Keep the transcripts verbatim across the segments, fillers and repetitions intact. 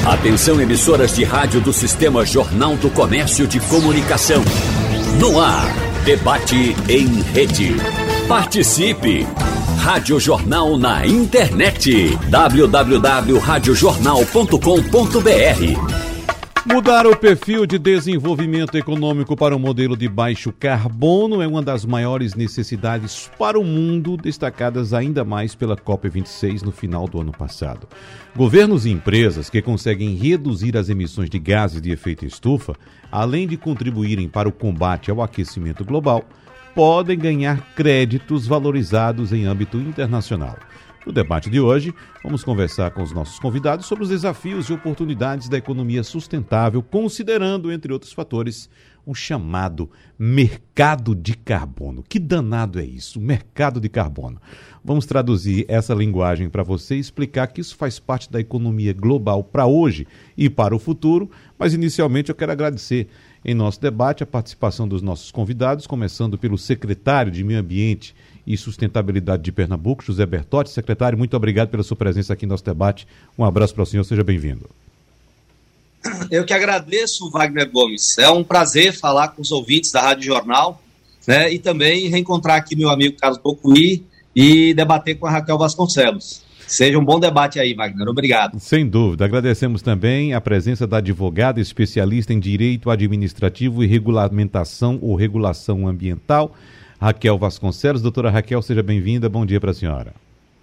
Atenção, emissoras de rádio do Sistema Jornal do Comércio de Comunicação. No ar, debate em rede. Participe! Rádio Jornal na internet. w w w ponto rádio jornal ponto com ponto b r. Mudar o perfil de desenvolvimento econômico para um modelo de baixo carbono é uma das maiores necessidades para o mundo, destacadas ainda mais pela COP vinte e seis no final do ano passado. Governos e empresas que conseguem reduzir as emissões de gases de efeito estufa, além de contribuírem para o combate ao aquecimento global, podem ganhar créditos valorizados em âmbito internacional. No debate de hoje, vamos conversar com os nossos convidados sobre os desafios e oportunidades da economia sustentável, considerando, entre outros fatores, o chamado mercado de carbono. Que danado é isso, o mercado de carbono? Vamos traduzir essa linguagem para você e explicar que isso faz parte da economia global para hoje e para o futuro, mas inicialmente eu quero agradecer em nosso debate a participação dos nossos convidados, começando pelo secretário de Meio Ambiente e Sustentabilidade de Pernambuco, José Bertotti. Secretário, muito obrigado pela sua presença aqui no nosso debate. Um abraço para o senhor, seja bem-vindo. Eu que agradeço, Wagner Gomes. É um prazer falar com os ouvintes da Rádio Jornal, né, e também reencontrar aqui meu amigo Carlos Bocuí e debater com a Raquel Vasconcelos. Seja um bom debate aí, Wagner. Obrigado. Sem dúvida. Agradecemos também a presença da advogada especialista em Direito Administrativo e Regulamentação ou Regulação Ambiental, Raquel Vasconcelos. Doutora Raquel, seja bem-vinda. Bom dia para a senhora.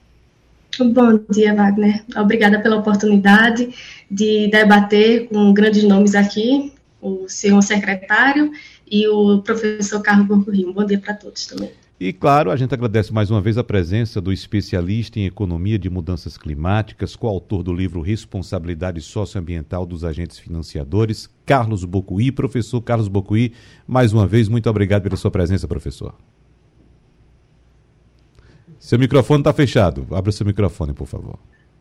Bom dia, Wagner. Obrigada pela oportunidade de debater com grandes nomes aqui, o senhor secretário e o professor Carlos Bocuí. Um bom dia para todos também. E, claro, a gente agradece mais uma vez a presença do especialista em Economia de Mudanças Climáticas, coautor do livro Responsabilidade Socioambiental dos Agentes Financiadores, Carlos Bocuí. Professor Carlos Bocuí, mais uma vez, muito obrigado pela sua presença, professor. Seu microfone está fechado. Abra seu microfone, por favor.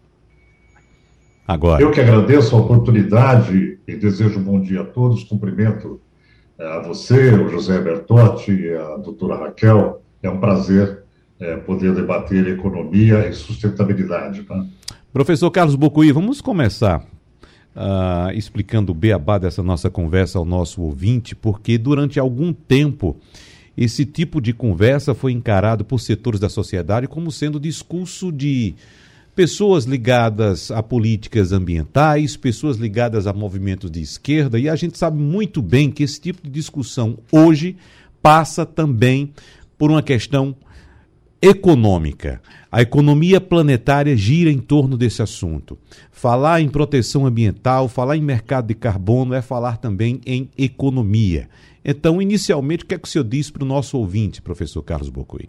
Agora. Eu que agradeço a oportunidade e desejo um bom dia a todos. Cumprimento a você, o José Bertotti e a doutora Raquel. É um prazer é, poder debater economia e sustentabilidade. Tá? Professor Carlos Bocuí, vamos começar uh, explicando o beabá dessa nossa conversa ao nosso ouvinte, porque durante algum tempo esse tipo de conversa foi encarado por setores da sociedade como sendo discurso de pessoas ligadas a políticas ambientais, pessoas ligadas a movimentos de esquerda, e a gente sabe muito bem que esse tipo de discussão hoje passa também por uma questão econômica. A economia planetária gira em torno desse assunto. Falar em proteção ambiental, falar em mercado de carbono é falar também em economia. Então, inicialmente, o que é que o senhor diz para o nosso ouvinte, professor Carlos Bocuí?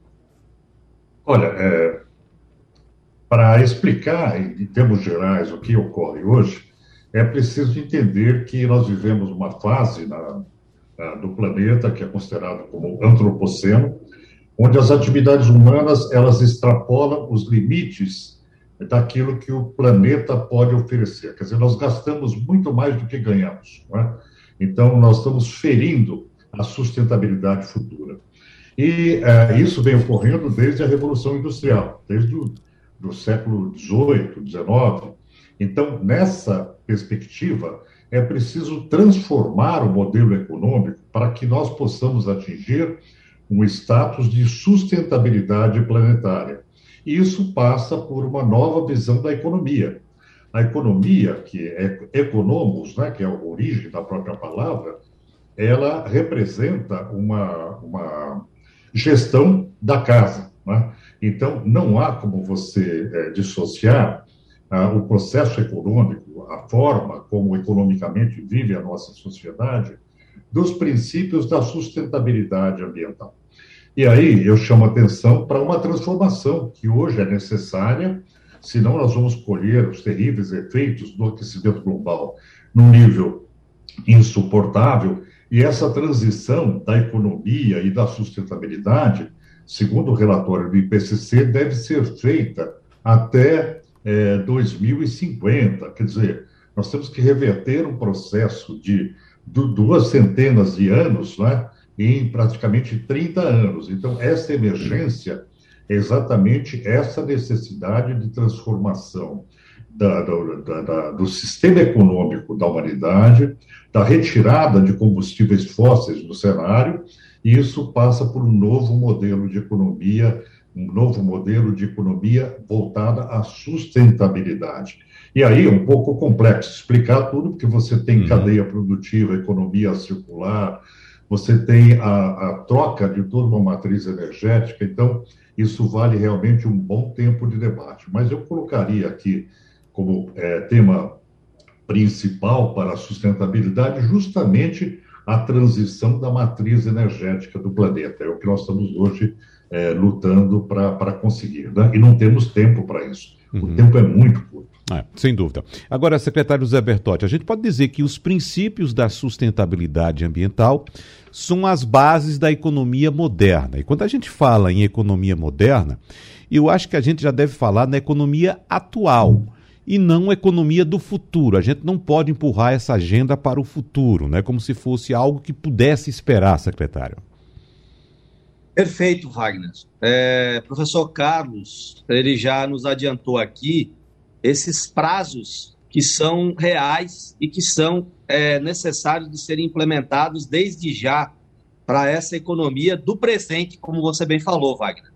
Olha, é, para explicar, em termos gerais, o que ocorre hoje, é preciso entender que nós vivemos uma fase na, na, do planeta que é considerado como antropoceno, onde as atividades humanas elas extrapolam os limites daquilo que o planeta pode oferecer. Quer dizer, nós gastamos muito mais do que ganhamos, não é? Então, nós estamos ferindo a sustentabilidade futura. E é, isso vem ocorrendo desde a Revolução Industrial, desde o do século dezoito, dezenove. Então, nessa perspectiva, é preciso transformar o modelo econômico para que nós possamos atingir um status de sustentabilidade planetária. E isso passa por uma nova visão da economia. A economia, que é economos, né, que é a origem da própria palavra, ela representa uma, uma gestão da casa, né? Então, não há como você é, dissociar ah, o processo econômico, a forma como economicamente vive a nossa sociedade, dos princípios da sustentabilidade ambiental. E aí eu chamo a atenção para uma transformação que hoje é necessária, senão nós vamos colher os terríveis efeitos do aquecimento global num nível insuportável, e essa transição da economia e da sustentabilidade, segundo o relatório do I P C C, deve ser feita até é, dois mil e cinquenta. Quer dizer, nós temos que reverter um processo de, de duas centenas de anos, né, em praticamente trinta anos. Então, essa emergência é exatamente essa necessidade de transformação da, da, da, do sistema econômico da humanidade, da retirada de combustíveis fósseis do cenário, e isso passa por um novo modelo de economia, um novo modelo de economia voltada à sustentabilidade. E aí é um pouco complexo explicar tudo, porque você tem uhum. cadeia produtiva, economia circular, você tem a, a troca de toda uma matriz energética, então isso vale realmente um bom tempo de debate. Mas eu colocaria aqui como é, tema principal para a sustentabilidade justamente a transição da matriz energética do planeta. É o que nós estamos hoje é, lutando para conseguir, né? E não temos tempo para isso. Uhum. O tempo é muito curto. É, sem dúvida. Agora, secretário Zé Bertotti, a gente pode dizer que os princípios da sustentabilidade ambiental são as bases da economia moderna. E quando a gente fala em economia moderna, eu acho que a gente já deve falar na economia atual e não economia do futuro. A gente não pode empurrar essa agenda para o futuro, né? Como se fosse algo que pudesse esperar, secretário. Perfeito, Wagner. É, professor Carlos, ele já nos adiantou aqui esses prazos que são reais e que são é, necessários de serem implementados desde já para essa economia do presente, como você bem falou, Wagner.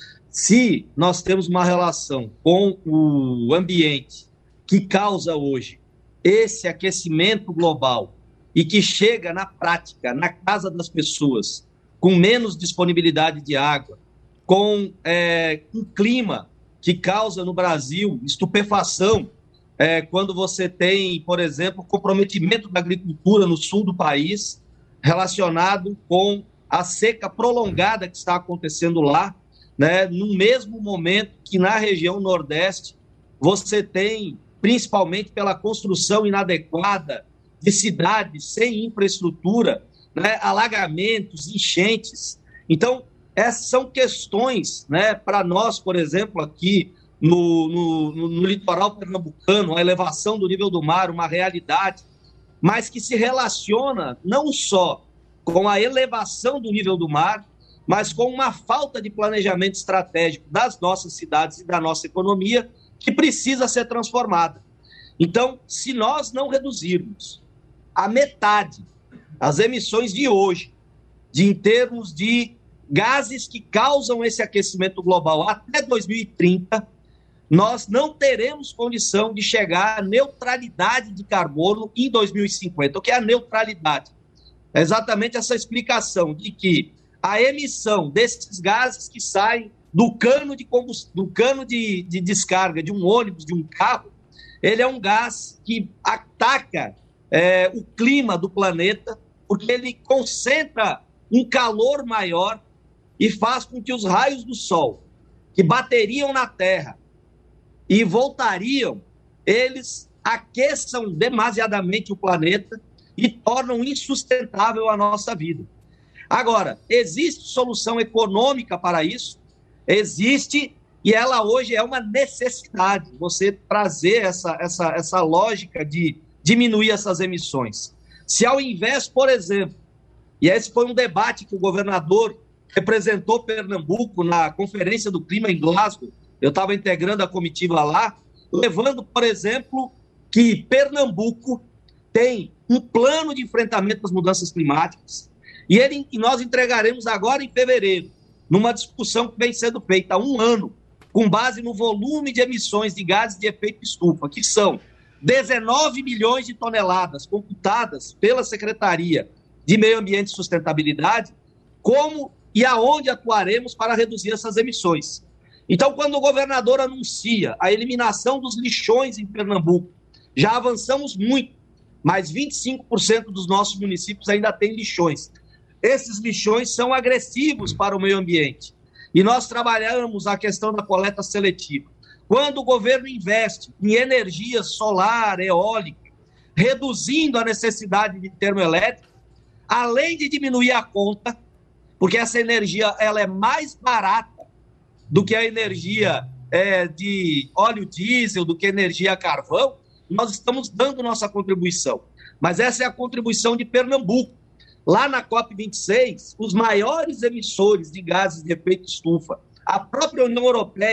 Se nós temos uma relação com o ambiente que causa hoje esse aquecimento global e que chega na prática, na casa das pessoas, com menos disponibilidade de água, com é, um clima que causa no Brasil estupefação, é, quando você tem, por exemplo, comprometimento da agricultura no sul do país, relacionado com a seca prolongada que está acontecendo lá, né, no mesmo momento que na região nordeste você tem, principalmente pela construção inadequada de cidades sem infraestrutura, né, alagamentos, enchentes. Então, essas são questões, né, para nós, por exemplo, aqui no, no, no, no litoral pernambucano, a elevação do nível do mar, uma realidade, mas que se relaciona não só com a elevação do nível do mar, mas com uma falta de planejamento estratégico das nossas cidades e da nossa economia, que precisa ser transformada. Então, se nós não reduzirmos a metade as emissões de hoje, de, em termos de gases que causam esse aquecimento global até dois mil e trinta, nós não teremos condição de chegar à neutralidade de carbono em dois mil e cinquenta. O que é a neutralidade? É exatamente essa explicação de que a emissão desses gases que saem do cano de, combust... do cano de, de descarga de um ônibus, de um carro, ele é um gás que ataca é, o clima do planeta, porque ele concentra um calor maior e faz com que os raios do sol, que bateriam na Terra e voltariam, eles aqueçam demasiadamente o planeta e tornam insustentável a nossa vida. Agora, existe solução econômica para isso? Existe, e ela hoje é uma necessidade, você trazer essa, essa, essa lógica de diminuir essas emissões. Se ao invés, por exemplo, e esse foi um debate que o governador representou Pernambuco na Conferência do Clima em Glasgow, eu estava integrando a comitiva lá, levando, por exemplo, que Pernambuco tem um plano de enfrentamento às mudanças climáticas, e, ele, e nós entregaremos agora em fevereiro, numa discussão que vem sendo feita há um ano, com base no volume de emissões de gases de efeito estufa, que são dezenove milhões de toneladas computadas pela Secretaria de Meio Ambiente e Sustentabilidade, como e aonde atuaremos para reduzir essas emissões. Então, quando o governador anuncia a eliminação dos lixões em Pernambuco, já avançamos muito, mas vinte e cinco por cento dos nossos municípios ainda têm lixões. Esses lixões são agressivos para o meio ambiente. E nós trabalhamos a questão da coleta seletiva. Quando o governo investe em energia solar, eólica, reduzindo a necessidade de termoelétrica, além de diminuir a conta, porque essa energia ela é mais barata do que a energia é, de óleo diesel, do que energia a carvão, nós estamos dando nossa contribuição. Mas essa é a contribuição de Pernambuco. Lá na COP vinte e seis, os maiores emissores de gases de efeito estufa, a própria União Europeia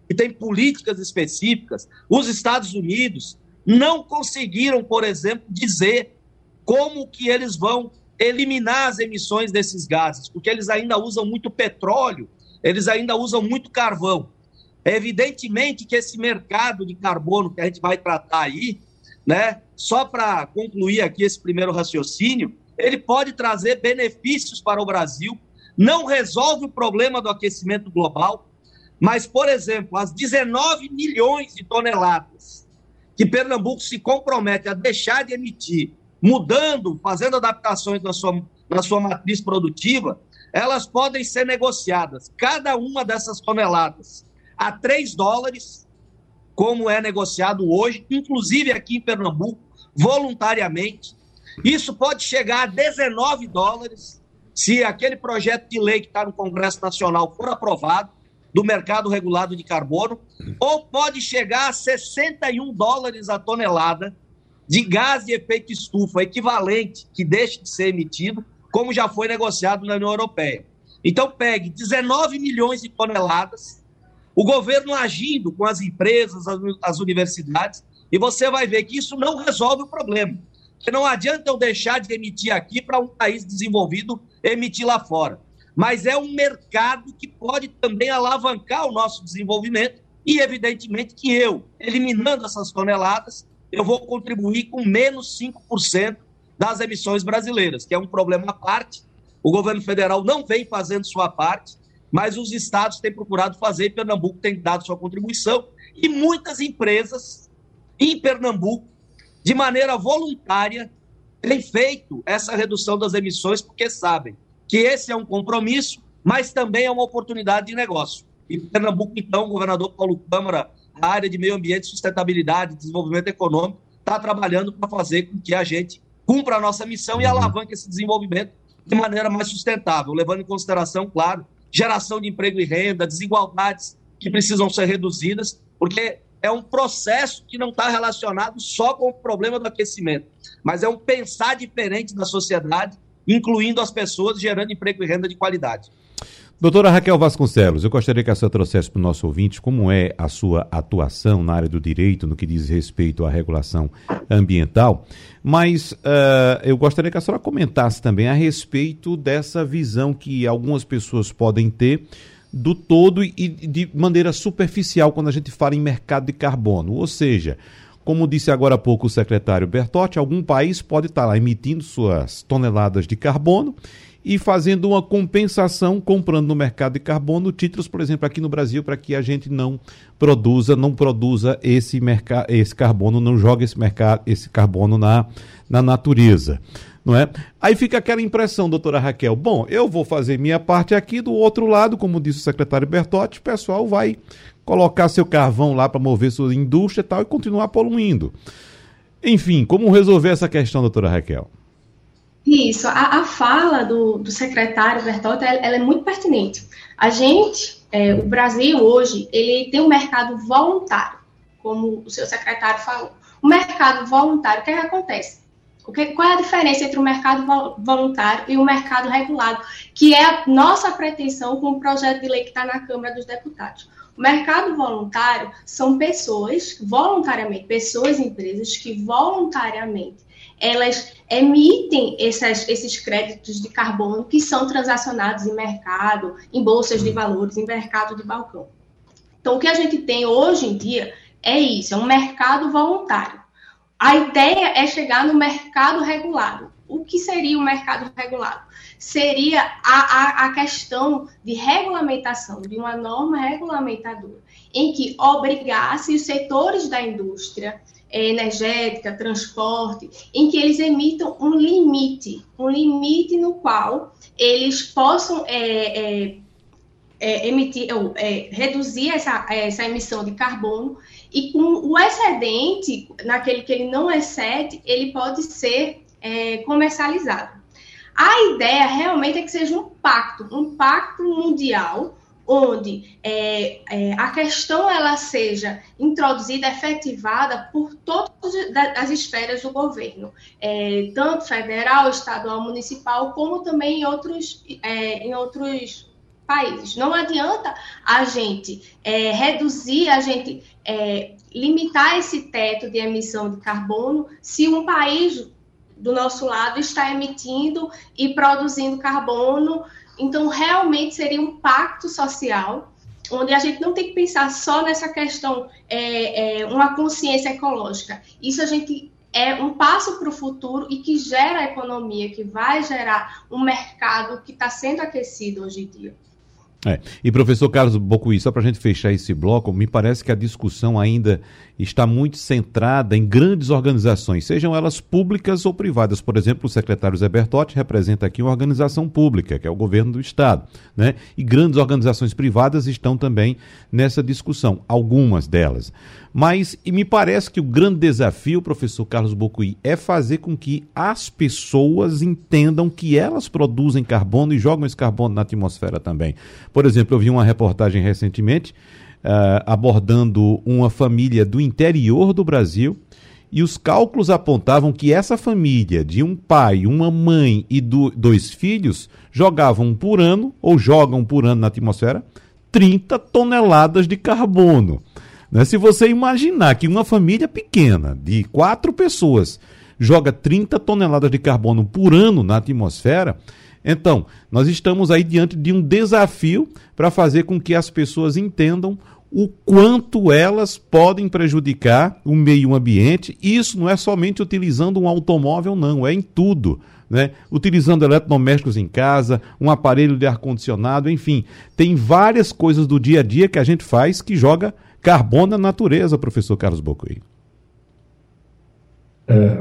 que tem políticas específicas. Os Estados Unidos não conseguiram, por exemplo, dizer como que eles vão eliminar as emissões desses gases, porque eles ainda usam muito petróleo, eles ainda usam muito carvão. É evidentemente que esse mercado de carbono que a gente vai tratar aí, né, só para concluir aqui esse primeiro raciocínio, ele pode trazer benefícios para o Brasil, não resolve o problema do aquecimento global, mas, por exemplo, as dezenove milhões de toneladas que Pernambuco se compromete a deixar de emitir, mudando, fazendo adaptações na sua, na sua matriz produtiva, elas podem ser negociadas, cada uma dessas toneladas, a três dólares, como é negociado hoje, inclusive aqui em Pernambuco, voluntariamente. Isso pode chegar a dezenove dólares, se aquele projeto de lei que está no Congresso Nacional for aprovado, do mercado regulado de carbono, ou pode chegar a sessenta e um dólares a tonelada de gás de efeito estufa, equivalente, que deixe de ser emitido, como já foi negociado na União Europeia. Então, pegue dezenove milhões de toneladas, o governo agindo com as empresas, as, as universidades, e você vai ver que isso não resolve o problema. Porque não adianta eu deixar de emitir aqui para um país desenvolvido emitir lá fora. Mas é um mercado que pode também alavancar o nosso desenvolvimento e, evidentemente, que eu, eliminando essas toneladas, eu vou contribuir com menos cinco por cento das emissões brasileiras, que é um problema à parte. O governo federal não vem fazendo sua parte, mas os estados têm procurado fazer e Pernambuco tem dado sua contribuição. E muitas empresas em Pernambuco, de maneira voluntária, têm feito essa redução das emissões porque sabem que esse é um compromisso, mas também é uma oportunidade de negócio. E Pernambuco, então, o governador Paulo Câmara, a área de meio ambiente, sustentabilidade, desenvolvimento econômico, está trabalhando para fazer com que a gente cumpra a nossa missão e alavanque esse desenvolvimento de maneira mais sustentável, levando em consideração, claro, geração de emprego e renda, desigualdades que precisam ser reduzidas, porque é um processo que não está relacionado só com o problema do aquecimento, mas é um pensar diferente da sociedade, incluindo as pessoas, gerando emprego e renda de qualidade. Doutora Raquel Vasconcelos, eu gostaria que a senhora trouxesse para o nosso ouvinte como é a sua atuação na área do direito, no que diz respeito à regulação ambiental, mas uh, eu gostaria que a senhora comentasse também a respeito dessa visão que algumas pessoas podem ter do todo e de maneira superficial quando a gente fala em mercado de carbono, ou seja, como disse agora há pouco o secretário Bertotti, algum país pode estar lá emitindo suas toneladas de carbono e fazendo uma compensação, comprando no mercado de carbono títulos, por exemplo, aqui no Brasil, para que a gente não produza, não produza esse, merca- esse carbono, não jogue esse, mercado, esse carbono na, na natureza. Não é? Aí fica aquela impressão, doutora Raquel, bom, eu vou fazer minha parte aqui, do outro lado, como disse o secretário Bertotti, o pessoal vai colocar seu carvão lá para mover sua indústria e tal e continuar poluindo. Enfim, como resolver essa questão, doutora Raquel? Isso, a, a fala do, do secretário Bertotti, ela, ela é muito pertinente. A gente, é, o Brasil hoje, ele tem um mercado voluntário, como o seu secretário falou. O mercado voluntário, o que é que acontece? O que, qual é a diferença entre o mercado voluntário e o mercado regulado, que é a nossa pretensão com o projeto de lei que está na Câmara dos Deputados? O mercado voluntário são pessoas, voluntariamente, pessoas e empresas que voluntariamente elas emitem essas, esses créditos de carbono que são transacionados em mercado, em bolsas de valores, em mercado de balcão. Então, o que a gente tem hoje em dia é isso, é um mercado voluntário. A ideia é chegar no mercado regulado. O que seria o mercado regulado? Seria a, a, a questão de regulamentação, de uma norma regulamentadora, em que obrigasse os setores da indústria energética, transporte, em que eles emitam um limite, um limite no qual eles possam é, é, é, emitir, é, reduzir essa, essa emissão de carbono, e com o excedente, naquele que ele não excede, ele pode ser é, comercializado. A ideia realmente é que seja um pacto, um pacto mundial, onde é, é, a questão ela seja introduzida, efetivada por todas as esferas do governo, é, tanto federal, estadual, municipal, como também em outros, é, em outros países. Não adianta a gente é, reduzir, a gente é, limitar esse teto de emissão de carbono se um país do nosso lado está emitindo e produzindo carbono. Então, realmente seria um pacto social, onde a gente não tem que pensar só nessa questão, é, é, uma consciência ecológica. Isso a gente é um passo para o futuro e que gera a economia, que vai gerar um mercado que está sendo aquecido hoje em dia. É. E professor Carlos Bocuí, só para a gente fechar esse bloco, me parece que a discussão ainda está muito centrada em grandes organizações, sejam elas públicas ou privadas. Por exemplo, o secretário Zé Bertotti representa aqui uma organização pública, que é o governo do estado, né? E grandes organizações privadas estão também nessa discussão, algumas delas. Mas e me parece que o grande desafio, professor Carlos Bocuí, é fazer com que as pessoas entendam que elas produzem carbono e jogam esse carbono na atmosfera também. Por exemplo, eu vi uma reportagem recentemente uh, abordando uma família do interior do Brasil e os cálculos apontavam que essa família de um pai, uma mãe e do, dois filhos jogavam por ano, ou jogam por ano na atmosfera, trinta toneladas de carbono. Né? Se você imaginar que uma família pequena de quatro pessoas joga trinta toneladas de carbono por ano na atmosfera, então, nós estamos aí diante de um desafio para fazer com que as pessoas entendam o quanto elas podem prejudicar o meio ambiente. Isso não é somente utilizando um automóvel, não, é em tudo, né? Utilizando eletrodomésticos em casa, um aparelho de ar-condicionado, enfim. Tem várias coisas do dia a dia que a gente faz que joga carbono na natureza, professor Carlos Bocuí. É,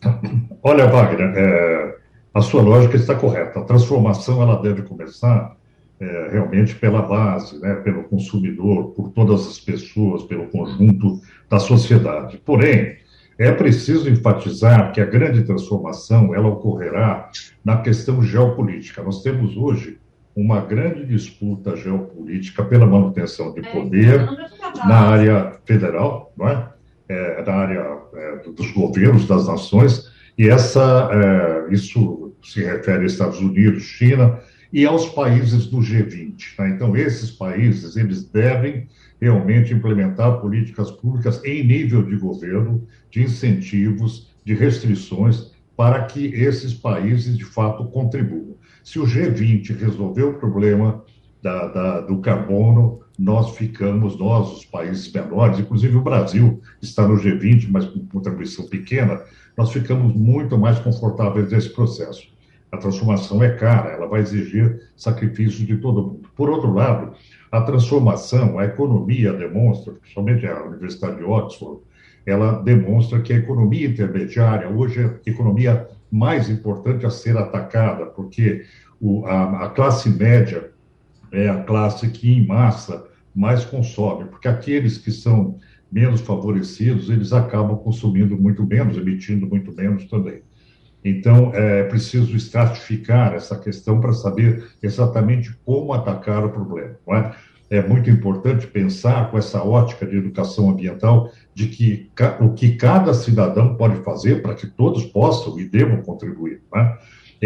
olha, Wagner, é... a sua lógica está correta. A transformação ela deve começar é, realmente pela base, né, pelo consumidor, por todas as pessoas, pelo conjunto da sociedade. Porém, é preciso enfatizar que a grande transformação ela ocorrerá na questão geopolítica. Nós temos hoje uma grande disputa geopolítica pela manutenção de poder na área federal, não é? É, na área é, dos governos, das nações. E essa, é, isso se refere aos Estados Unidos, China e aos países do G vinte. Tá? Então, esses países, eles devem realmente implementar políticas públicas em nível de governo, de incentivos, de restrições, para que esses países, de fato, contribuam. Se o G vinte resolver o problema da, da, do carbono, nós ficamos, nós, os países menores, inclusive o Brasil está no G vinte, mas com contribuição pequena, nós ficamos muito mais confortáveis nesse processo. A transformação é cara, ela vai exigir sacrifícios de todo mundo. Por outro lado, a transformação, a economia demonstra, principalmente a Universidade de Oxford, ela demonstra que a economia intermediária hoje é a economia mais importante a ser atacada, porque o, a, a classe média é a classe que, em massa, mais consome, porque aqueles que são menos favorecidos, eles acabam consumindo muito menos, emitindo muito menos também. Então, é preciso estratificar essa questão para saber exatamente como atacar o problema, não é? É muito importante pensar com essa ótica de educação ambiental de que o que cada cidadão pode fazer para que todos possam e devam contribuir, não é?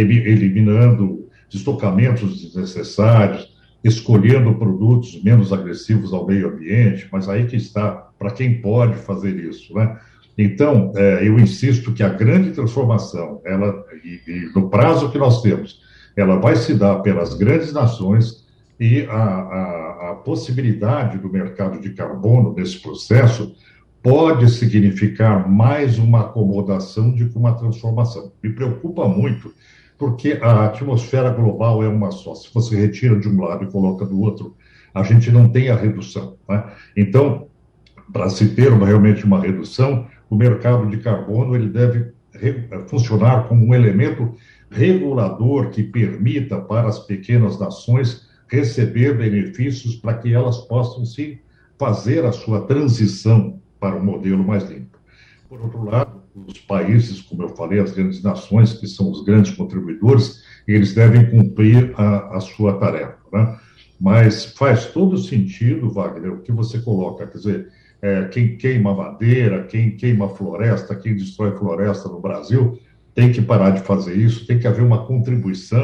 Eliminando estocamentos desnecessários, escolhendo produtos menos agressivos ao meio ambiente, mas aí que está para quem pode fazer isso, né? Então, é, eu insisto que a grande transformação, ela, e, e no prazo que nós temos, ela vai se dar pelas grandes nações e a, a, a possibilidade do mercado de carbono nesse processo pode significar mais uma acomodação do que uma transformação. Me preocupa muito, porque a atmosfera global é uma só. Se você retira de um lado e coloca do outro, a gente não tem a redução, né? Então, para se ter uma, realmente uma redução, o mercado de carbono ele deve re, funcionar como um elemento regulador que permita para as pequenas nações receber benefícios para que elas possam, sim, fazer a sua transição para um modelo mais limpo. Por outro lado, os países, como eu falei, as grandes nações, que são os grandes contribuidores, eles devem cumprir a, a sua tarefa, né? Mas faz todo sentido, Wagner, o que você coloca, quer dizer, é, quem queima madeira, quem queima floresta, quem destrói floresta no Brasil, tem que parar de fazer isso, tem que haver uma contribuição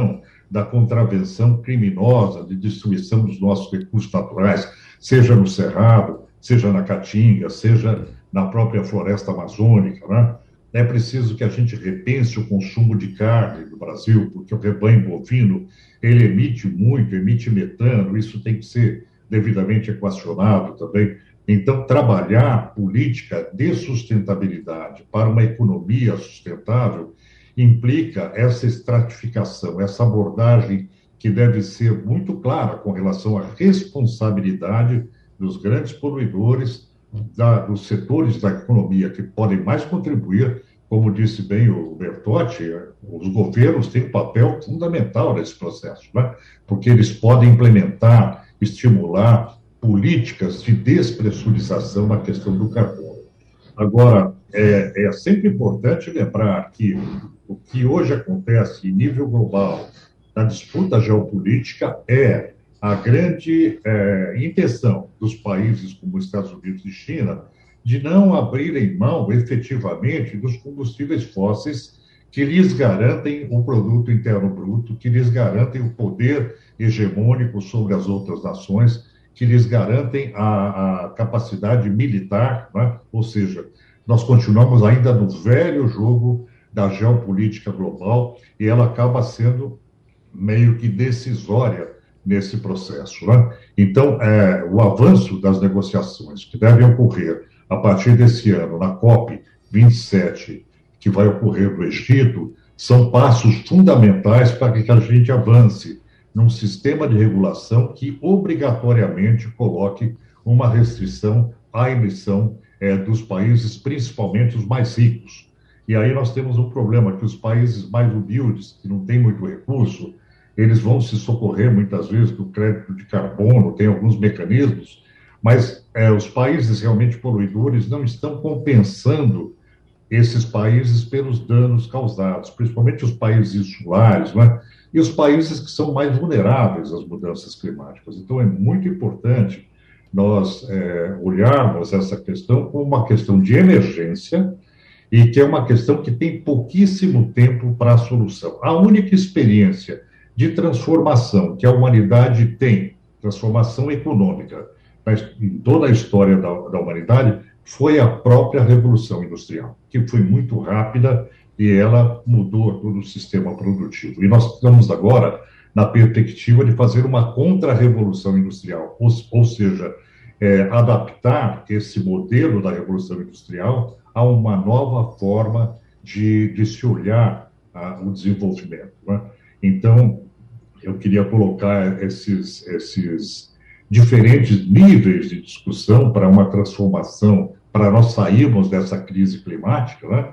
da contravenção criminosa de destruição dos nossos recursos naturais, seja no Cerrado, seja na Caatinga, seja na própria floresta amazônica, né? É preciso que a gente repense o consumo de carne no Brasil, porque o rebanho bovino, ele emite muito, emite metano, isso tem que ser devidamente equacionado também. Então, trabalhar política de sustentabilidade para uma economia sustentável implica essa estratificação, essa abordagem que deve ser muito clara com relação à responsabilidade dos grandes poluidores, da, dos setores da economia que podem mais contribuir. Como disse bem o Bertotti, os governos têm um papel fundamental nesse processo, né? Porque eles podem implementar, estimular políticas de despressurização na questão do carbono. Agora, é, é sempre importante lembrar que o que hoje acontece em nível global, na disputa geopolítica, é a grande é, intenção dos países como os Estados Unidos e China de não abrirem mão efetivamente dos combustíveis fósseis que lhes garantem o produto interno bruto, que lhes garantem o poder hegemônico sobre as outras nações, que lhes garantem a, a capacidade militar, né? Ou seja, nós continuamos ainda no velho jogo da geopolítica global e ela acaba sendo meio que decisória nesse processo, né? Então, é, o avanço das negociações que devem ocorrer a partir desse ano na COP vinte e sete, que vai ocorrer no Egito, são passos fundamentais para que a gente avance num sistema de regulação que obrigatoriamente coloque uma restrição à emissão é, dos países, principalmente os mais ricos. E aí nós temos um problema, que os países mais humildes, que não têm muito recurso, eles vão se socorrer muitas vezes do crédito de carbono, tem alguns mecanismos, mas é, os países realmente poluidores não estão compensando esses países pelos danos causados, principalmente os países insulares, né? E os países que são mais vulneráveis às mudanças climáticas. Então, é muito importante nós é, olharmos essa questão como uma questão de emergência e que é uma questão que tem pouquíssimo tempo para a solução. A única experiência de transformação que a humanidade tem, transformação econômica, mas em toda a história da, da humanidade, foi a própria Revolução Industrial, que foi muito rápida e ela mudou todo o sistema produtivo. E nós estamos agora na perspectiva de fazer uma contra-revolução industrial, ou, ou seja, é, adaptar esse modelo da Revolução Industrial a uma nova forma de, de se olhar a, o desenvolvimento, né? Então, eu queria colocar esses, esses diferentes níveis de discussão para uma transformação, para nós sairmos dessa crise climática, né?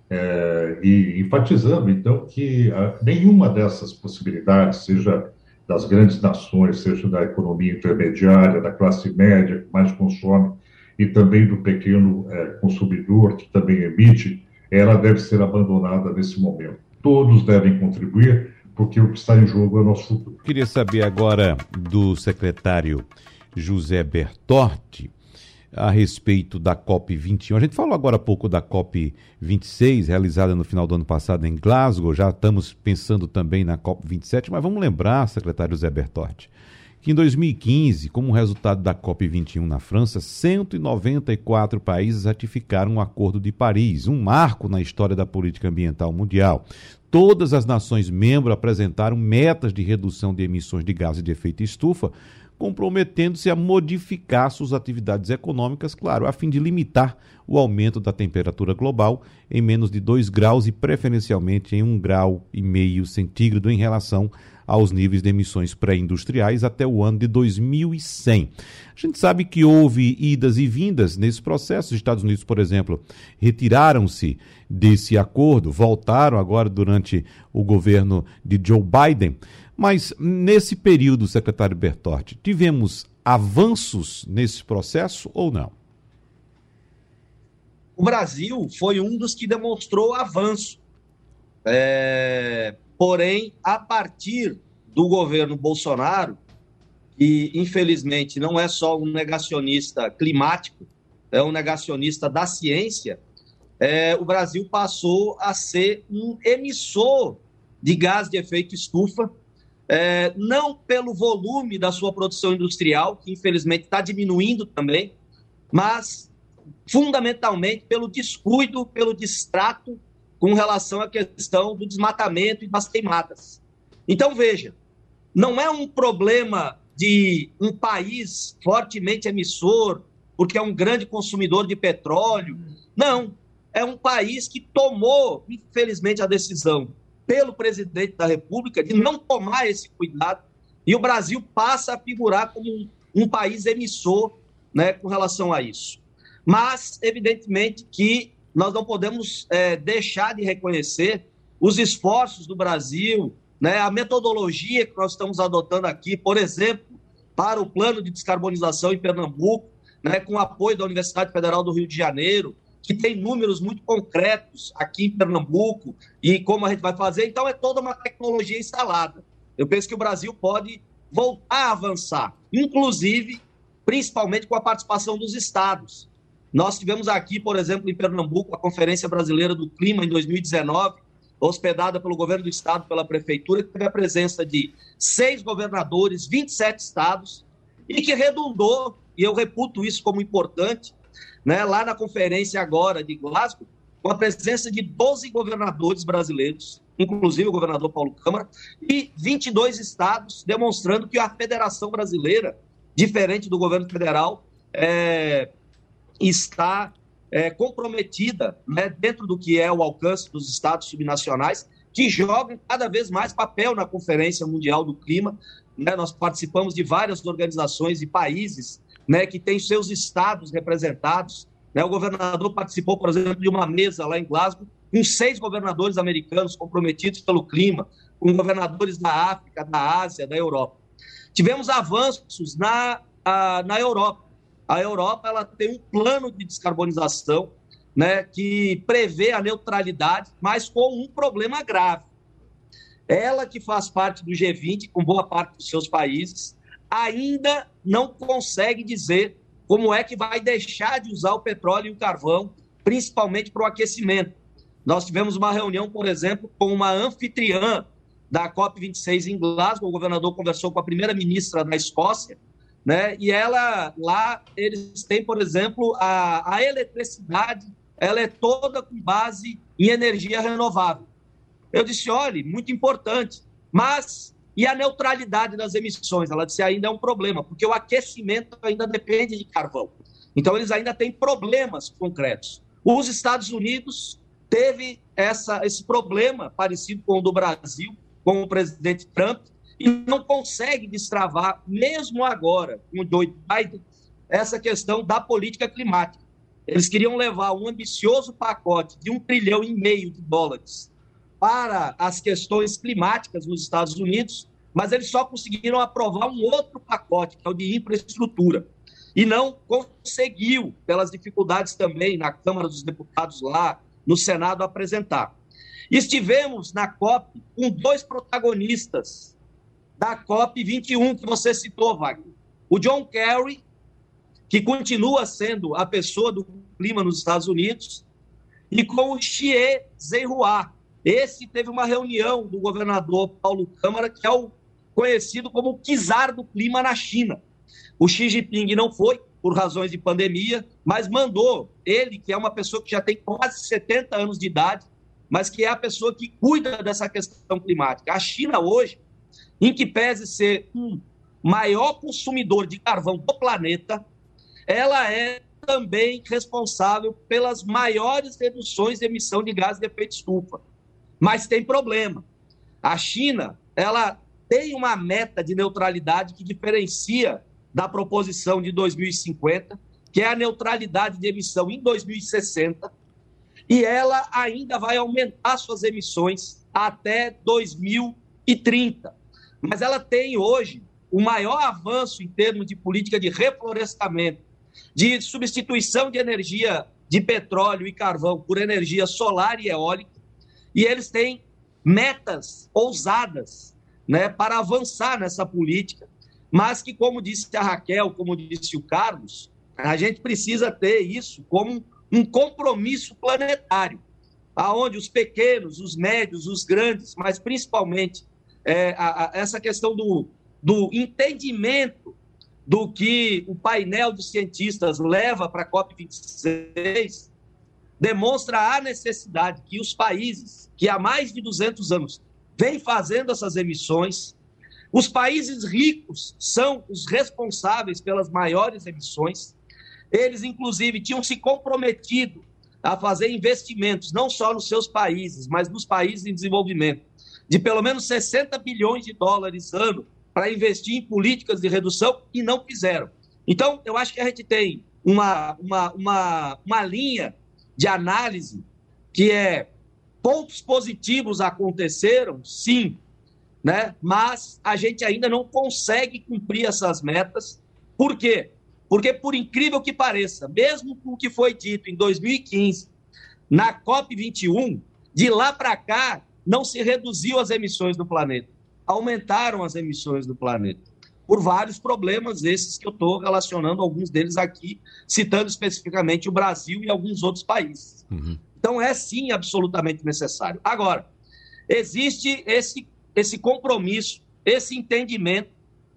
É, e enfatizando, então, que a, nenhuma dessas possibilidades, seja das grandes nações, seja da economia intermediária, da classe média, que mais consome, e também do pequeno é, consumidor, que também emite, ela deve ser abandonada nesse momento. Todos devem contribuir, porque o que está em jogo é o nosso futuro. Queria saber agora do secretário José Bertotti a respeito da COP vinte e um. A gente falou agora há pouco da COP vinte e seis, realizada no final do ano passado em Glasgow. Já estamos pensando também na COP vinte e sete, mas vamos lembrar, secretário José Bertotti, que em dois mil e quinze, como resultado da COP vinte e um na França, cento e noventa e quatro países ratificaram o Acordo de Paris, um marco na história da política ambiental mundial. Todas as nações membros apresentaram metas de redução de emissões de gases de efeito estufa, comprometendo-se a modificar suas atividades econômicas, claro, a fim de limitar o aumento da temperatura global em menos de dois graus e preferencialmente em um grau e meio centígrado em relação aos níveis de emissões pré-industriais até o ano de dois mil e cem. A gente sabe que houve idas e vindas nesse processo. Os Estados Unidos, por exemplo, retiraram-se desse acordo, voltaram agora durante o governo de Joe Biden. Mas nesse período, secretário Bertotti, tivemos avanços nesse processo ou não? O Brasil foi um dos que demonstrou avanço. É... Porém, a partir do governo Bolsonaro, que infelizmente não é só um negacionista climático, é um negacionista da ciência, é, o Brasil passou a ser um emissor de gás de efeito estufa, é, não pelo volume da sua produção industrial, que infelizmente está diminuindo também, mas fundamentalmente pelo descuido, pelo distrato com relação à questão do desmatamento e das queimadas. Então, veja, não é um problema de um país fortemente emissor, porque é um grande consumidor de petróleo. Não, é um país que tomou, infelizmente, a decisão pelo presidente da República de não tomar esse cuidado, e o Brasil passa a figurar como um, um país emissor, né, com relação a isso. Mas, evidentemente, que nós não podemos é, deixar de reconhecer os esforços do Brasil, né, a metodologia que nós estamos adotando aqui, por exemplo, para o plano de descarbonização em Pernambuco, né, com o apoio da Universidade Federal do Rio de Janeiro, que tem números muito concretos aqui em Pernambuco e como a gente vai fazer. Então, é toda uma tecnologia instalada. Eu penso que o Brasil pode voltar a avançar, inclusive, principalmente com a participação dos estados. Nós tivemos aqui, por exemplo, em Pernambuco, a Conferência Brasileira do Clima em dois mil e dezenove, hospedada pelo governo do estado, pela prefeitura, que teve a presença de seis governadores, vinte e sete estados, e que redundou, e eu reputo isso como importante, né, lá na conferência agora de Glasgow, com a presença de doze governadores brasileiros, inclusive o governador Paulo Câmara, e vinte e dois estados, demonstrando que a Federação Brasileira, diferente do governo federal, é, está é, comprometida, né, dentro do que é o alcance dos estados subnacionais, que jogam cada vez mais papel na Conferência Mundial do Clima. Né, nós participamos de várias organizações e países, né, que têm seus estados representados. Né, o governador participou, por exemplo, de uma mesa lá em Glasgow, com seis governadores americanos comprometidos pelo clima, com governadores da África, da Ásia, da Europa. Tivemos avanços na, a, na Europa. A Europa ela tem um plano de descarbonização, né, que prevê a neutralidade, mas com um problema grave. Ela, que faz parte do G vinte, com boa parte dos seus países, ainda não consegue dizer como é que vai deixar de usar o petróleo e o carvão, principalmente para o aquecimento. Nós tivemos uma reunião, por exemplo, com uma anfitriã da COP vinte e seis em Glasgow. O governador conversou com a primeira-ministra da Escócia, né? E ela, lá, eles têm, por exemplo, a, a eletricidade, ela é toda com base em energia renovável. Eu disse, olha, muito importante, mas e a neutralidade das emissões? Ela disse, ainda é um problema, porque o aquecimento ainda depende de carvão. Então, eles ainda têm problemas concretos. Os Estados Unidos teve essa, esse problema parecido com o do Brasil, com o presidente Trump, e não consegue destravar, mesmo agora, com o Joe Biden, essa questão da política climática. Eles queriam levar um ambicioso pacote de um trilhão e meio de dólares para as questões climáticas nos Estados Unidos, mas eles só conseguiram aprovar um outro pacote, que é o de infraestrutura, e não conseguiu, pelas dificuldades também na Câmara dos Deputados lá, no Senado, apresentar. Estivemos na COP com dois protagonistas da COP vinte e um, que você citou, Wagner. O John Kerry, que continua sendo a pessoa do clima nos Estados Unidos, e com o Xie Zhenhua. Esse teve uma reunião do governador Paulo Câmara, que é o conhecido como o czar do clima na China. O Xi Jinping não foi, por razões de pandemia, mas mandou ele, que é uma pessoa que já tem quase setenta anos de idade, mas que é a pessoa que cuida dessa questão climática. A China hoje, em que pese ser o maior consumidor de carvão do planeta, ela é também responsável pelas maiores reduções de emissão de gases de efeito estufa. Mas tem problema. A China, ela tem uma meta de neutralidade que diferencia da proposição de dois mil e cinquenta, que é a neutralidade de emissão em dois mil e sessenta, e ela ainda vai aumentar suas emissões até dois mil e trinta. Mas ela tem hoje o maior avanço em termos de política de reflorestamento, de substituição de energia de petróleo e carvão por energia solar e eólica, e eles têm metas ousadas, né, para avançar nessa política, mas que, como disse a Raquel, como disse o Carlos, a gente precisa ter isso como um compromisso planetário, aonde os pequenos, os médios, os grandes, mas principalmente é, a, a, essa questão do, do entendimento do que o painel de cientistas leva para a COP vinte e seis, demonstra a necessidade que os países que há mais de duzentos anos vêm fazendo essas emissões, os países ricos são os responsáveis pelas maiores emissões, eles inclusive tinham se comprometido a fazer investimentos, não só nos seus países, mas nos países em desenvolvimento, de pelo menos sessenta bilhões de dólares ano para investir em políticas de redução e não fizeram. Então, eu acho que a gente tem uma, uma, uma, uma linha de análise que é pontos positivos aconteceram, sim, né? Mas a gente ainda não consegue cumprir essas metas. Por quê? Porque, por incrível que pareça, mesmo com o que foi dito em dois mil e quinze, na COP vinte e um, de lá para cá, não se reduziu as emissões do planeta. Aumentaram as emissões do planeta, por vários problemas esses que eu estou relacionando, alguns deles aqui, citando especificamente o Brasil e alguns outros países. Uhum. Então, é sim absolutamente necessário. Agora, existe esse, esse compromisso, esse entendimento,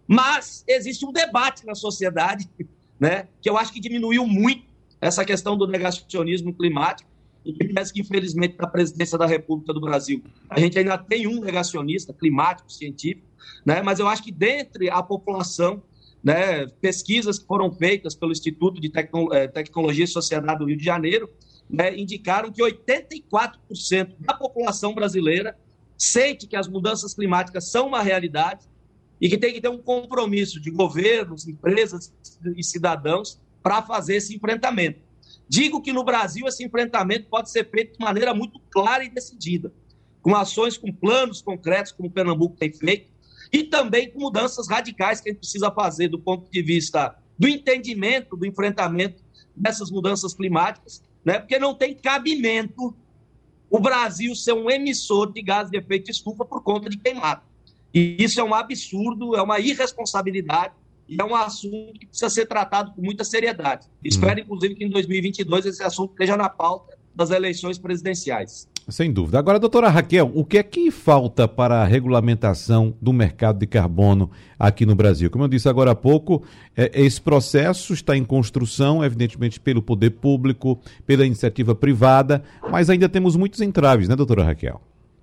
mas existe um debate na sociedade, né, que eu acho que diminuiu muito essa questão do negacionismo climático, e que parece que, infelizmente, na presidência da República do Brasil, a gente ainda tem um negacionista climático, científico, né? Mas eu acho que dentre a população, né, pesquisas que foram feitas pelo Instituto de Tecno- Tecnologia e Sociedade do Rio de Janeiro, né, indicaram que oitenta e quatro por cento da população brasileira sente que as mudanças climáticas são uma realidade e que tem que ter um compromisso de governos, empresas e cidadãos para fazer esse enfrentamento. Digo que no Brasil esse enfrentamento pode ser feito de maneira muito clara e decidida, com ações, com planos concretos, como o Pernambuco tem feito, e também com mudanças radicais que a gente precisa fazer do ponto de vista do entendimento, do enfrentamento dessas mudanças climáticas, né? Porque não tem cabimento o Brasil ser um emissor de gases de efeito de estufa por conta de queimada. E isso é um absurdo, é uma irresponsabilidade, e é um assunto que precisa ser tratado com muita seriedade. Espero, inclusive, que em dois mil e vinte e dois esse assunto esteja na pauta das eleições presidenciais. Sem dúvida. Agora, doutora Raquel, o que é que falta para a regulamentação do mercado de carbono aqui no Brasil? Como eu disse agora há pouco, é, esse processo está em construção, evidentemente, pelo poder público, pela iniciativa privada, mas ainda temos muitos entraves, né, doutora Raquel?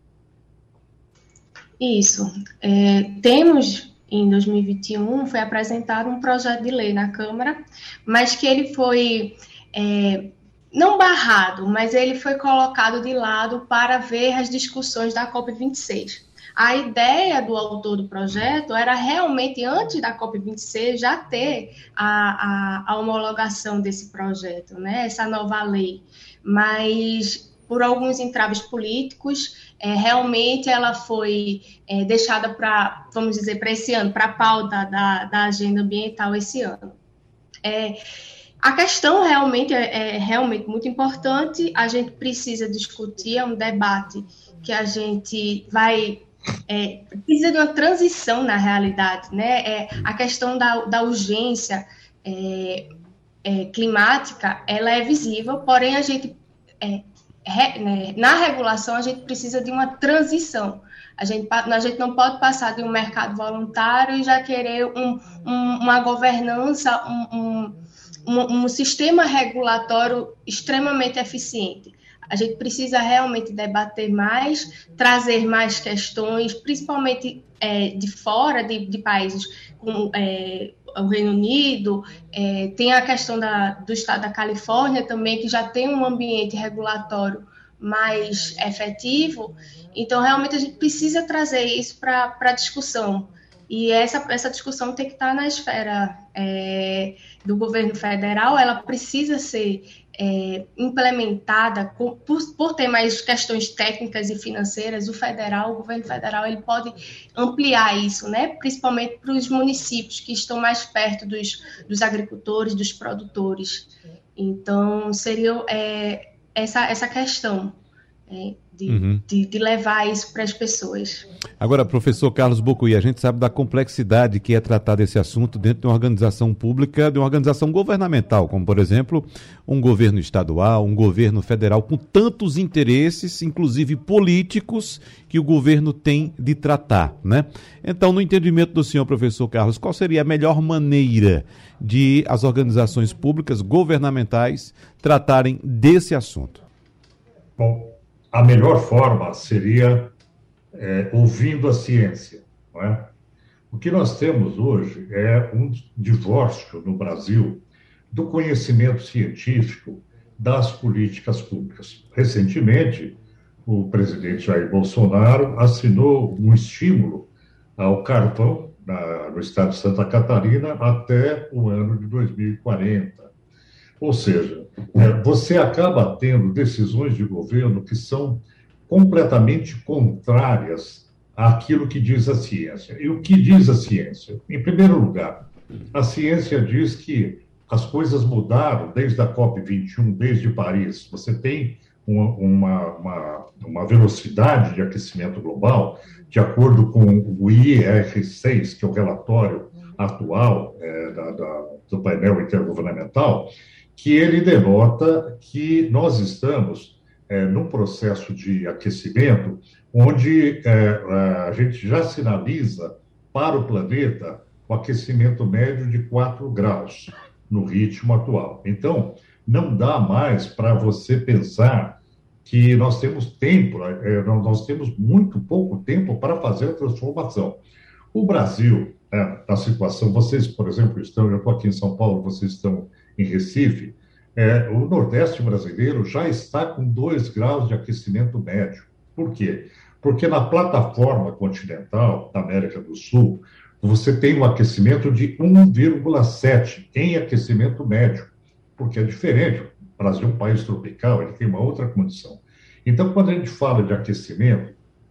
Isso. É, temos... Em dois mil e vinte e um, foi apresentado um projeto de lei na Câmara, mas que ele foi, é, não barrado, mas ele foi colocado de lado para ver as discussões da COP vinte e seis. A ideia do autor do projeto era realmente, antes da COP vinte e seis, já ter a, a, a homologação desse projeto, né, essa nova lei. Mas, por alguns entraves políticos, É, realmente ela foi é, deixada para, vamos dizer, para esse ano, para a pauta da, da agenda ambiental esse ano. É, a questão realmente é, é realmente muito importante, a gente precisa discutir, é um debate que a gente vai, é, precisa de uma transição na realidade, né? É, a questão da, da urgência é, é, climática, ela é visível, porém a gente... É, na regulação, a gente precisa de uma transição. A gente, a gente não pode passar de um mercado voluntário e já querer um, um, uma governança, um, um, um sistema regulatório extremamente eficiente. A gente precisa realmente debater mais, trazer mais questões, principalmente é, de fora de, de países como é, o Reino Unido, é, tem a questão da, do estado da Califórnia também, que já tem um ambiente regulatório mais efetivo. Então, realmente, a gente precisa trazer isso para a discussão. E essa, essa discussão tem que estar na esfera é, do governo federal, ela precisa ser é, implementada com, por, por ter mais questões técnicas e financeiras. O federal, o governo federal, ele pode ampliar isso, né? Principalmente para os municípios que estão mais perto dos, dos agricultores, dos produtores. Então, seria é, essa, essa questão é, de, uhum. de, de levar isso para as pessoas. Agora, professor Carlos Bocuí, a gente sabe da complexidade que é tratar desse assunto dentro de uma organização pública, de uma organização governamental, como, por exemplo, um governo estadual, um governo federal, com tantos interesses, inclusive políticos, que o governo tem de tratar, né? Então, no entendimento do senhor professor Carlos, qual seria a melhor maneira de as organizações públicas governamentais tratarem desse assunto? Bom, a melhor forma seria é, ouvindo a ciência, não é? O que nós temos hoje é um divórcio no Brasil do conhecimento científico das políticas públicas. Recentemente, o presidente Jair Bolsonaro assinou um estímulo ao carvão na, no estado de Santa Catarina até o ano de dois mil e quarenta. Ou seja, é, você acaba tendo decisões de governo que são completamente contrárias àquilo que diz a ciência. E o que diz a ciência? Em primeiro lugar, a ciência diz que as coisas mudaram desde a COP vinte e um, desde Paris. Você tem uma, uma, uma, uma velocidade de aquecimento global, de acordo com o I R seis, que é o relatório atual é, da, da, do painel intergovernamental, que ele denota que nós estamos é, num processo de aquecimento onde é, a gente já sinaliza para o planeta o aquecimento médio de quatro graus no ritmo atual. Então, não dá mais para você pensar que nós temos tempo, é, nós temos muito pouco tempo para fazer a transformação. O Brasil, é, na situação, vocês, por exemplo, estão, eu estou aqui em São Paulo, vocês estão em Recife, é, o Nordeste brasileiro já está com dois graus de aquecimento médio. Por quê? Porque na plataforma continental da América do Sul, você tem um aquecimento de um vírgula sete em aquecimento médio, porque é diferente. O Brasil é um país tropical, ele tem uma outra condição. Então, quando a gente fala de aquecimento,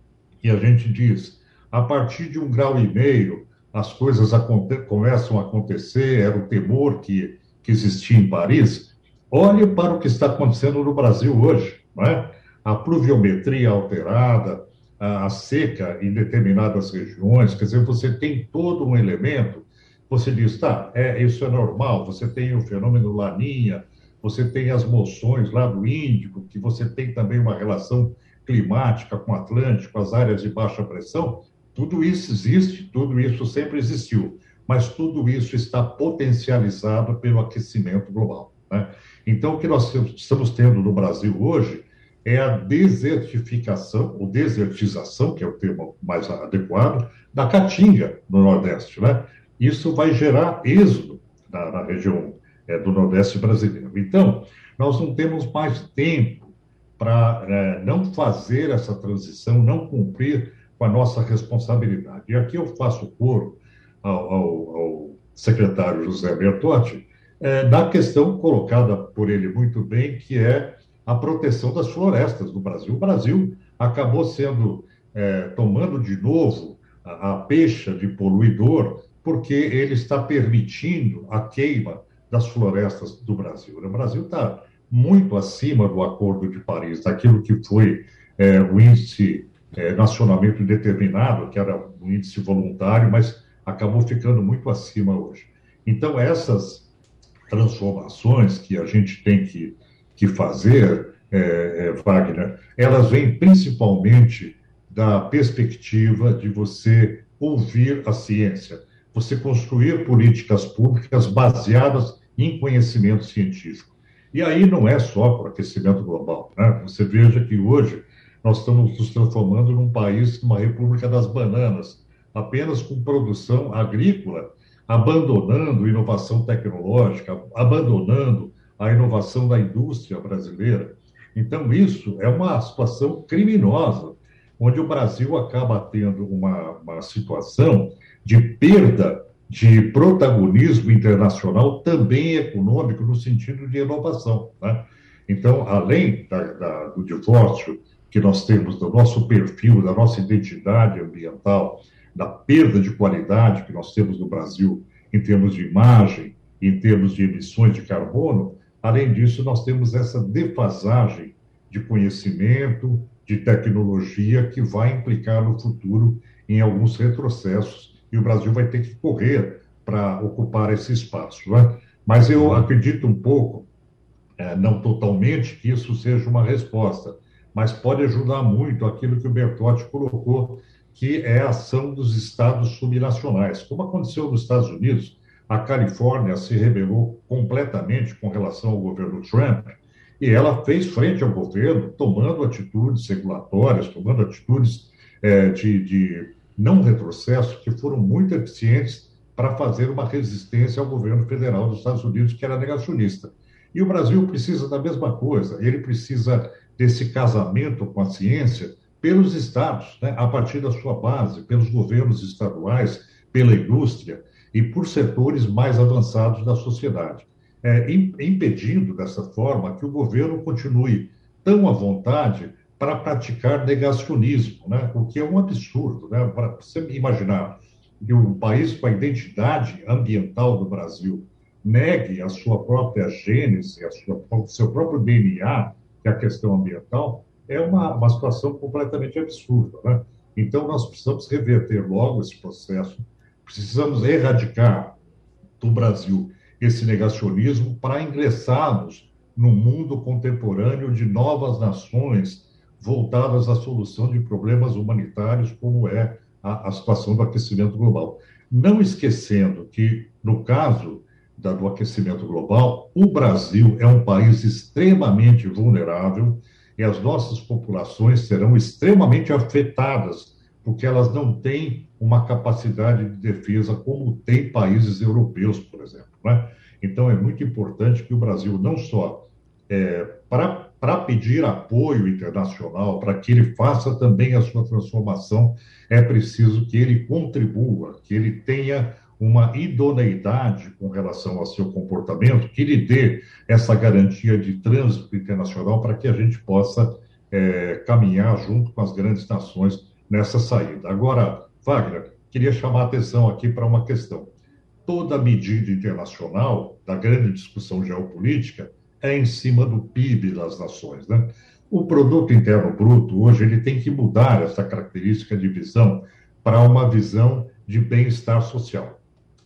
e a gente diz, a partir de um grau e meio, as coisas aconte- começam a acontecer, era o temor que, que existia em Paris. Olhe para o que está acontecendo no Brasil hoje, não é? A pluviometria alterada, a, a seca em determinadas regiões, quer dizer, você tem todo um elemento, você diz, tá, é, isso é normal, você tem o fenômeno Laninha, você tem as moções lá do Índico, que você tem também uma relação climática com o Atlântico, as áreas de baixa pressão, tudo isso existe, tudo isso sempre existiu, mas tudo isso está potencializado pelo aquecimento global, né? Então, o que nós estamos tendo no Brasil hoje é a desertificação, ou desertização, que é o termo mais adequado, da caatinga no Nordeste, né? Isso vai gerar êxodo na, na região é, do Nordeste brasileiro. Então, nós não temos mais tempo para é, não fazer essa transição, não cumprir com a nossa responsabilidade. E aqui eu faço coro ao, ao, ao secretário José Bertotti, é, da questão colocada por ele muito bem, que é a proteção das florestas do Brasil. O Brasil acabou sendo, é, tomando de novo a, a peixa de poluidor, porque ele está permitindo a queima das florestas do Brasil. O Brasil está muito acima do Acordo de Paris, daquilo que foi é, o índice é, nacionalmente determinado, que era um índice voluntário, mas acabou ficando muito acima hoje. Então, essas transformações que a gente tem que, que fazer, é, é, Wagner, elas vêm principalmente da perspectiva de você ouvir a ciência, você construir políticas públicas baseadas em conhecimento científico. E aí não é só para o aquecimento global, né? Você veja que hoje nós estamos nos transformando num país, numa república das bananas, apenas com produção agrícola, abandonando inovação tecnológica, abandonando a inovação da indústria brasileira. Então, isso é uma situação criminosa, onde o Brasil acaba tendo uma, uma situação de perda de protagonismo internacional, também econômico, no sentido de inovação, né? Então, além da, da, do divórcio que nós temos do nosso perfil, da nossa identidade ambiental, da perda de qualidade que nós temos no Brasil em termos de imagem, em termos de emissões de carbono, além disso, nós temos essa defasagem de conhecimento, de tecnologia, que vai implicar no futuro em alguns retrocessos, e o Brasil vai ter que correr para ocupar esse espaço, né? Mas eu acredito um pouco, é, não totalmente, que isso seja uma resposta, mas pode ajudar muito aquilo que o Bertotti colocou, que é a ação dos estados subnacionais. Como aconteceu nos Estados Unidos, a Califórnia se rebelou completamente com relação ao governo Trump, e ela fez frente ao governo, tomando atitudes regulatórias, tomando atitudes é, de, de não retrocesso, que foram muito eficientes para fazer uma resistência ao governo federal dos Estados Unidos, que era negacionista. E o Brasil precisa da mesma coisa, ele precisa desse casamento com a ciência pelos estados, né, a partir da sua base, pelos governos estaduais, pela indústria e por setores mais avançados da sociedade, é, impedindo dessa forma que o governo continue tão à vontade para praticar negacionismo, né, o que é um absurdo, né, para você imaginar que um país com a identidade ambiental do Brasil negue a sua própria gênese, a sua, o seu próprio D N A, que é a questão ambiental, é uma, uma situação completamente absurda, né? Então, nós precisamos reverter logo esse processo, precisamos erradicar do Brasil esse negacionismo para ingressarmos no mundo contemporâneo de novas nações voltadas à solução de problemas humanitários, como é a, a situação do aquecimento global. Não esquecendo que, no caso da, do aquecimento global, o Brasil é um país extremamente vulnerável e as nossas populações serão extremamente afetadas, porque elas não têm uma capacidade de defesa como tem países europeus, por exemplo, né? Então, é muito importante que o Brasil não só, é, para pedir apoio internacional, para que ele faça também a sua transformação, é preciso que ele contribua, que ele tenha uma idoneidade com relação ao seu comportamento, que lhe dê essa garantia de trânsito internacional para que a gente possa é, caminhar junto com as grandes nações nessa saída. Agora, Wagner, queria chamar a atenção aqui para uma questão. Toda medida internacional da grande discussão geopolítica é em cima do P I B das nações, né? O produto interno bruto, hoje, ele tem que mudar essa característica de visão para uma visão de bem-estar social.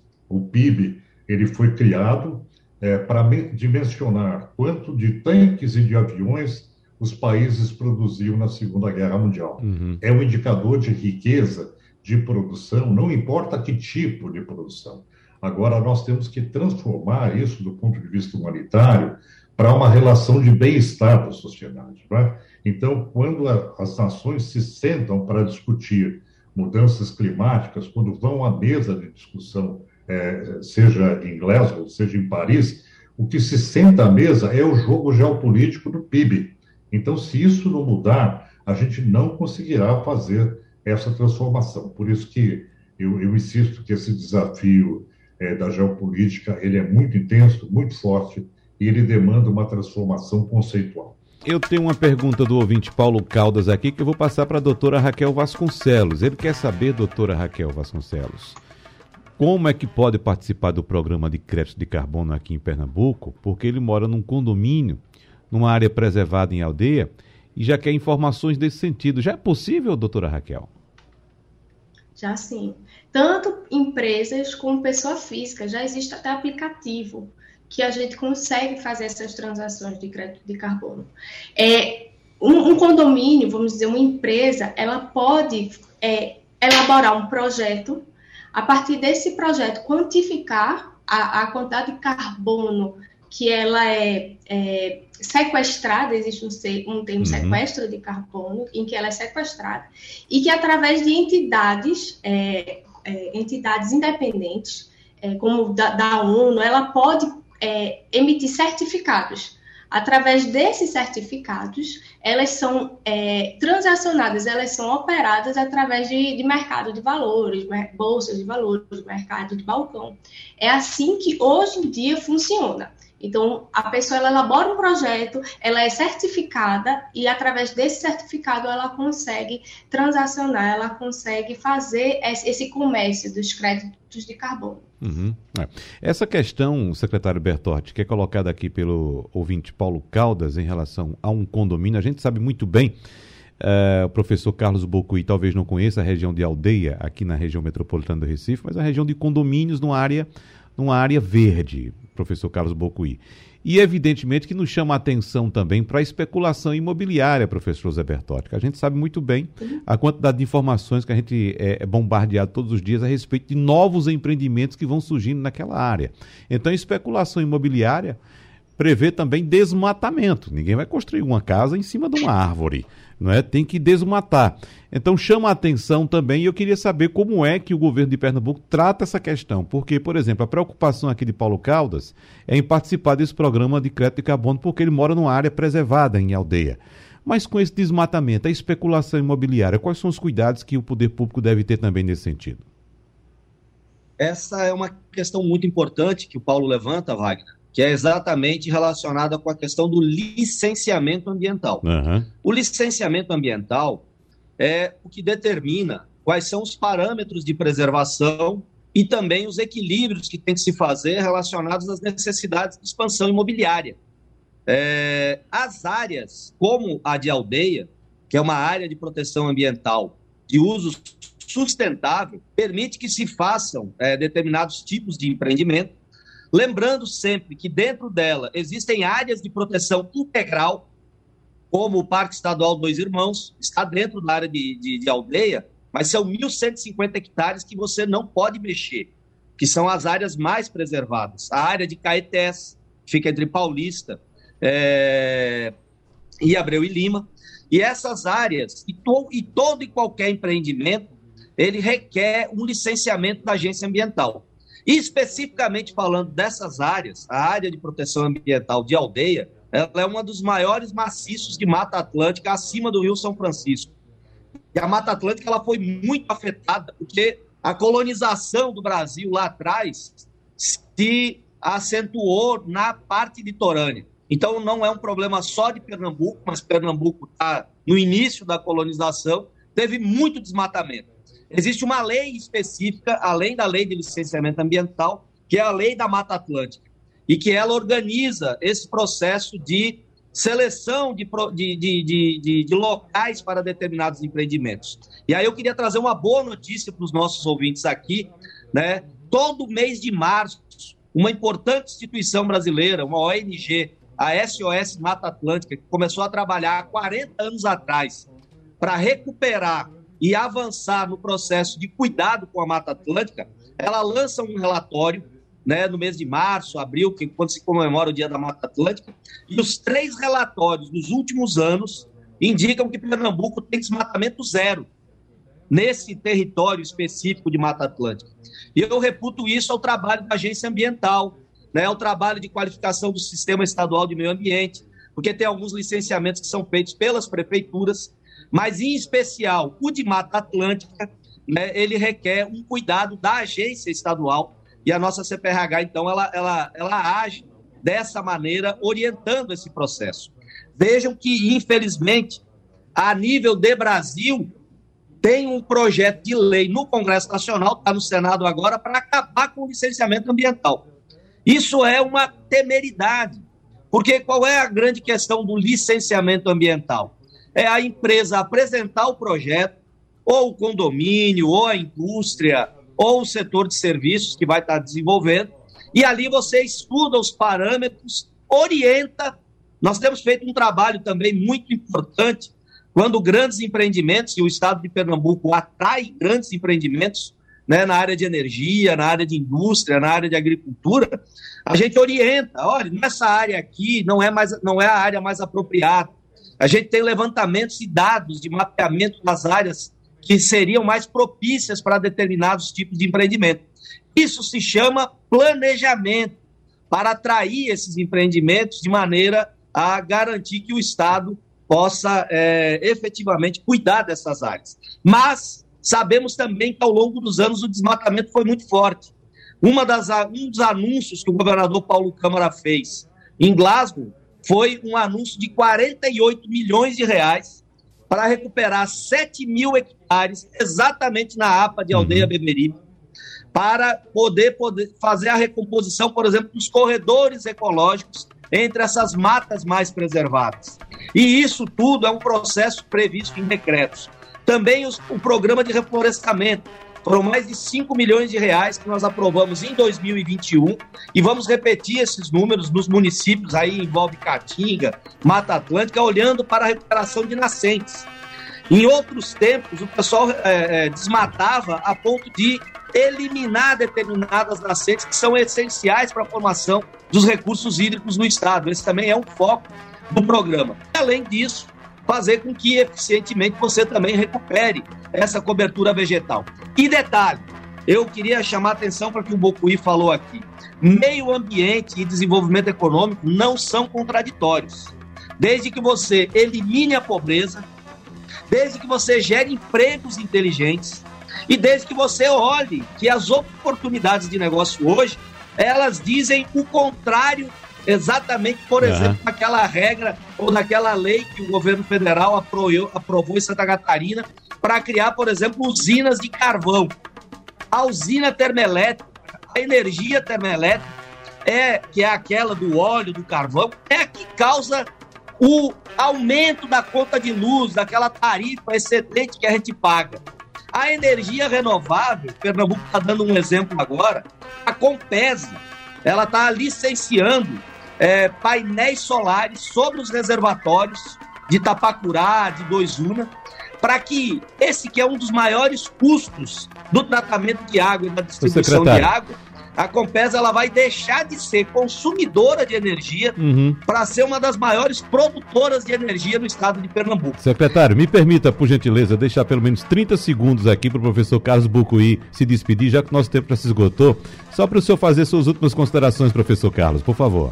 O P I B, ele foi criado é, para dimensionar quanto de tanques e de aviões os países produziam na Segunda Guerra Mundial. Uhum. É um indicador de riqueza, de produção, não importa que tipo de produção. Agora, nós temos que transformar isso, do ponto de vista humanitário, para uma relação de bem-estar da sociedade, né? Então, quando a, as nações se sentam para discutir mudanças climáticas, quando vão à mesa de discussão, é, seja em Glasgow, seja em Paris, o que se senta à mesa é o jogo geopolítico do P I B. Então, se isso não mudar, a gente não conseguirá fazer essa transformação. Por isso que eu, eu insisto que esse desafio é, da geopolítica, ele é muito intenso, muito forte, e ele demanda uma transformação conceitual. Eu tenho uma pergunta do ouvinte Paulo Caldas aqui, que eu vou passar para a doutora Raquel Vasconcelos. Ele quer saber, doutora Raquel Vasconcelos, como é que pode participar do programa de crédito de carbono aqui em Pernambuco, porque ele mora num condomínio, numa área preservada em aldeia, e já quer informações desse sentido. Já é possível, doutora Raquel? Já sim. Tanto empresas como pessoa física, já existe até aplicativo que a gente consegue fazer essas transações de crédito de carbono. É, um, um condomínio, vamos dizer, uma empresa, ela pode é, elaborar um projeto, a partir desse projeto quantificar a, a quantidade de carbono que ela é, é sequestrada, existe um, um termo, uhum. sequestro de carbono, em que ela é sequestrada, e que através de entidades, é, é, entidades independentes, é, como da, da ONU, ela pode é, emitir certificados. Através desses certificados, elas são é, transacionadas, elas são operadas através de, de mercado de valores, bolsas de valores, mercado de balcão. É assim que hoje em dia funciona. Então, a pessoa ela elabora um projeto, ela é certificada e, através desse certificado, ela consegue transacionar, ela consegue fazer esse comércio dos créditos de carbono. Uhum. É. Essa questão, secretário Bertotti, que é colocada aqui pelo ouvinte Paulo Caldas em relação a um condomínio, a gente sabe muito bem, uh, o professor Carlos Bocuí talvez não conheça a região de Aldeia, aqui na região metropolitana do Recife, mas a região de condomínios numa área, numa área verde, professor Carlos Bocuí. E evidentemente que nos chama a atenção também para a especulação imobiliária, professor Zé Bertotti, que a gente sabe muito bem a quantidade de informações que a gente é bombardeado todos os dias a respeito de novos empreendimentos que vão surgindo naquela área. Então, a especulação imobiliária prevê também desmatamento. Ninguém vai construir uma casa em cima de uma árvore, não é? Tem que desmatar. Então chama a atenção também, e eu queria saber como é que o governo de Pernambuco trata essa questão, porque, por exemplo, a preocupação aqui de Paulo Caldas é em participar desse programa de crédito de carbono, porque ele mora numa área preservada em Aldeia. Mas com esse desmatamento, a especulação imobiliária, quais são os cuidados que o poder público deve ter também nesse sentido? Essa é uma questão muito importante que o Paulo levanta, Wagner, que é exatamente relacionada com a questão do licenciamento ambiental. Uhum. O licenciamento ambiental é o que determina quais são os parâmetros de preservação e também os equilíbrios que tem que se fazer relacionados às necessidades de expansão imobiliária. É, as áreas, como a de Aldeia, que é uma área de proteção ambiental de uso sustentável, permite que se façam é, determinados tipos de empreendimento, lembrando sempre que dentro dela existem áreas de proteção integral, como o Parque Estadual Dois Irmãos, está dentro da área de, de, de Aldeia, mas são mil cento e cinquenta hectares que você não pode mexer, que são as áreas mais preservadas. A área de Caetés, que fica entre Paulista é, e Abreu e Lima, e essas áreas, e, to, e todo e qualquer empreendimento, ele requer um licenciamento da agência ambiental. E especificamente falando dessas áreas, a área de proteção ambiental de Aldeia, ela é uma dos maiores maciços de Mata Atlântica acima do Rio São Francisco. E a Mata Atlântica ela foi muito afetada porque a colonização do Brasil lá atrás se acentuou na parte litorânea. Então não é um problema só de Pernambuco, mas Pernambuco está no início da colonização, teve muito desmatamento. Existe uma lei específica, além da lei de licenciamento ambiental, que é a lei da Mata Atlântica, e que ela organiza esse processo de seleção de, de, de, de, de locais para determinados empreendimentos. E aí eu queria trazer uma boa notícia para os nossos ouvintes aqui, né? Todo mês de março, uma importante instituição brasileira, uma O N G, a S O S Mata Atlântica, que começou a trabalhar há quarenta anos atrás para recuperar e avançar no processo de cuidado com a Mata Atlântica, ela lança um relatório, né, no mês de março, abril, que quando se comemora o Dia da Mata Atlântica, e os três relatórios dos últimos anos indicam que Pernambuco tem desmatamento zero nesse território específico de Mata Atlântica. E eu reputo isso ao trabalho da agência ambiental, né, ao trabalho de qualificação do Sistema Estadual de Meio Ambiente, porque tem alguns licenciamentos que são feitos pelas prefeituras, mas, em especial, o de Mata Atlântica, né, ele requer um cuidado da agência estadual, e a nossa C P R H, então, ela, ela, ela age dessa maneira, orientando esse processo. Vejam que, infelizmente, a nível de Brasil, tem um projeto de lei no Congresso Nacional, está no Senado agora, para acabar com o licenciamento ambiental. Isso é uma temeridade, porque qual é a grande questão do licenciamento ambiental? É a empresa apresentar o projeto, ou o condomínio, ou a indústria, ou o setor de serviços que vai estar desenvolvendo, e ali você estuda os parâmetros, orienta. Nós temos feito um trabalho também muito importante, quando grandes empreendimentos, e o estado de Pernambuco atrai grandes empreendimentos, né, na área de energia, na área de indústria, na área de agricultura, a gente orienta, olha, nessa área aqui não é, mais, não é a área mais apropriada. A gente tem levantamentos e dados de mapeamento das áreas que seriam mais propícias para determinados tipos de empreendimento. Isso se chama planejamento, para atrair esses empreendimentos de maneira a garantir que o Estado possa é, efetivamente cuidar dessas áreas. Mas sabemos também que ao longo dos anos o desmatamento foi muito forte. Uma das, um dos anúncios que o governador Paulo Câmara fez em Glasgow, foi um anúncio de quarenta e oito milhões de reais para recuperar sete mil hectares, exatamente na APA de Aldeia uhum. Beberibe, para poder, poder fazer a recomposição, por exemplo, dos corredores ecológicos entre essas matas mais preservadas. E isso tudo é um processo previsto em decretos. Também os, o programa de reflorestamento, foram mais de cinco milhões de reais que nós aprovamos em dois mil e vinte e um e vamos repetir esses números nos municípios, aí envolve Caatinga, Mata Atlântica, olhando para a recuperação de nascentes. Em outros tempos, o pessoal é, é, desmatava a ponto de eliminar determinadas nascentes que são essenciais para a formação dos recursos hídricos no estado. Esse também é um foco do programa. Além disso, fazer com que eficientemente você também recupere essa cobertura vegetal. E detalhe, eu queria chamar a atenção para o que o Bocuí falou aqui. Meio ambiente e desenvolvimento econômico não são contraditórios. Desde que você elimine a pobreza, desde que você gere empregos inteligentes e desde que você olhe que as oportunidades de negócio hoje, elas dizem o contrário exatamente, por uhum. exemplo, naquela regra ou naquela lei que o governo federal aprovou, aprovou em Santa Catarina para criar, por exemplo, usinas de carvão. A usina termoelétrica, a energia termoelétrica, é, que é aquela do óleo, do carvão, é a que causa o aumento da conta de luz, daquela tarifa excedente que a gente paga. A energia renovável, Pernambuco está dando um exemplo agora, a Compesa, ela está licenciando é, painéis solares sobre os reservatórios de Tapacurá, de Doisuna, para que esse que é um dos maiores custos do tratamento de água e da distribuição de água, a Compesa ela vai deixar de ser consumidora de energia uhum. para ser uma das maiores produtoras de energia no estado de Pernambuco. Secretário, me permita, por gentileza, deixar pelo menos trinta segundos aqui para o professor Carlos Bocuí se despedir, já que o nosso tempo já se esgotou. Só para o senhor fazer suas últimas considerações, professor Carlos, por favor.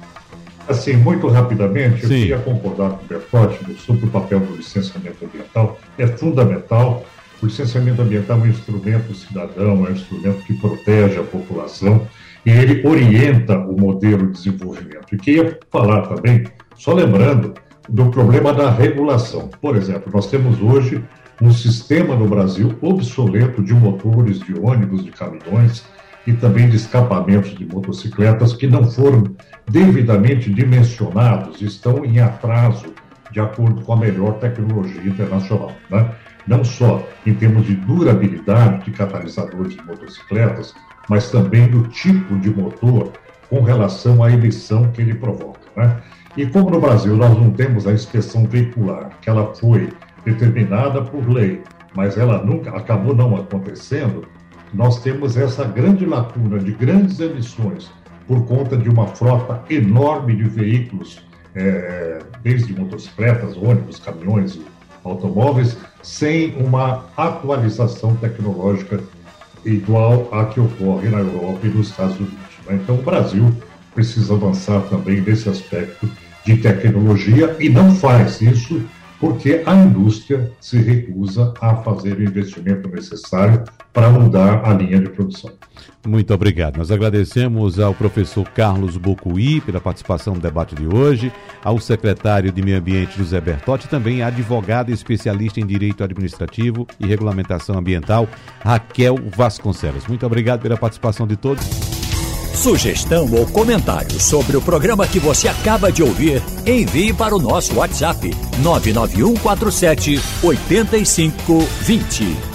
Assim, muito rapidamente, eu Sim. queria concordar com o Bertotti sobre o papel do licenciamento ambiental. É fundamental. O licenciamento ambiental é um instrumento cidadão, é um instrumento que protege a população e ele orienta o modelo de desenvolvimento. E queria falar também, só lembrando, do problema da regulação. Por exemplo, nós temos hoje um sistema no Brasil obsoleto de motores de ônibus, de caminhões e também de escapamentos de motocicletas que não foram devidamente dimensionados, estão em atraso de acordo com a melhor tecnologia internacional, né? Não só em termos de durabilidade de catalisadores de motocicletas, mas também do tipo de motor com relação à emissão que ele provoca, né? E como no Brasil nós não temos a inspeção veicular, que ela foi determinada por lei, mas ela nunca acabou não acontecendo, nós temos essa grande lacuna de grandes emissões por conta de uma frota enorme de veículos, é, desde motocicletas, ônibus, caminhões e automóveis, sem uma atualização tecnológica igual à que ocorre na Europa e nos Estados Unidos, né? Então o Brasil precisa avançar também nesse aspecto de tecnologia e não faz isso porque a indústria se recusa a fazer o investimento necessário para mudar a linha de produção. Muito obrigado. Nós agradecemos ao professor Carlos Bocuí pela participação no debate de hoje, ao secretário de Meio Ambiente, José Bertotti, e também à advogada especialista em Direito Administrativo e Regulamentação Ambiental, Raquel Vasconcelos. Muito obrigado pela participação de todos. Sugestão ou comentário sobre o programa que você acaba de ouvir, envie para o nosso WhatsApp nove nove um quatro sete oito cinco dois zero.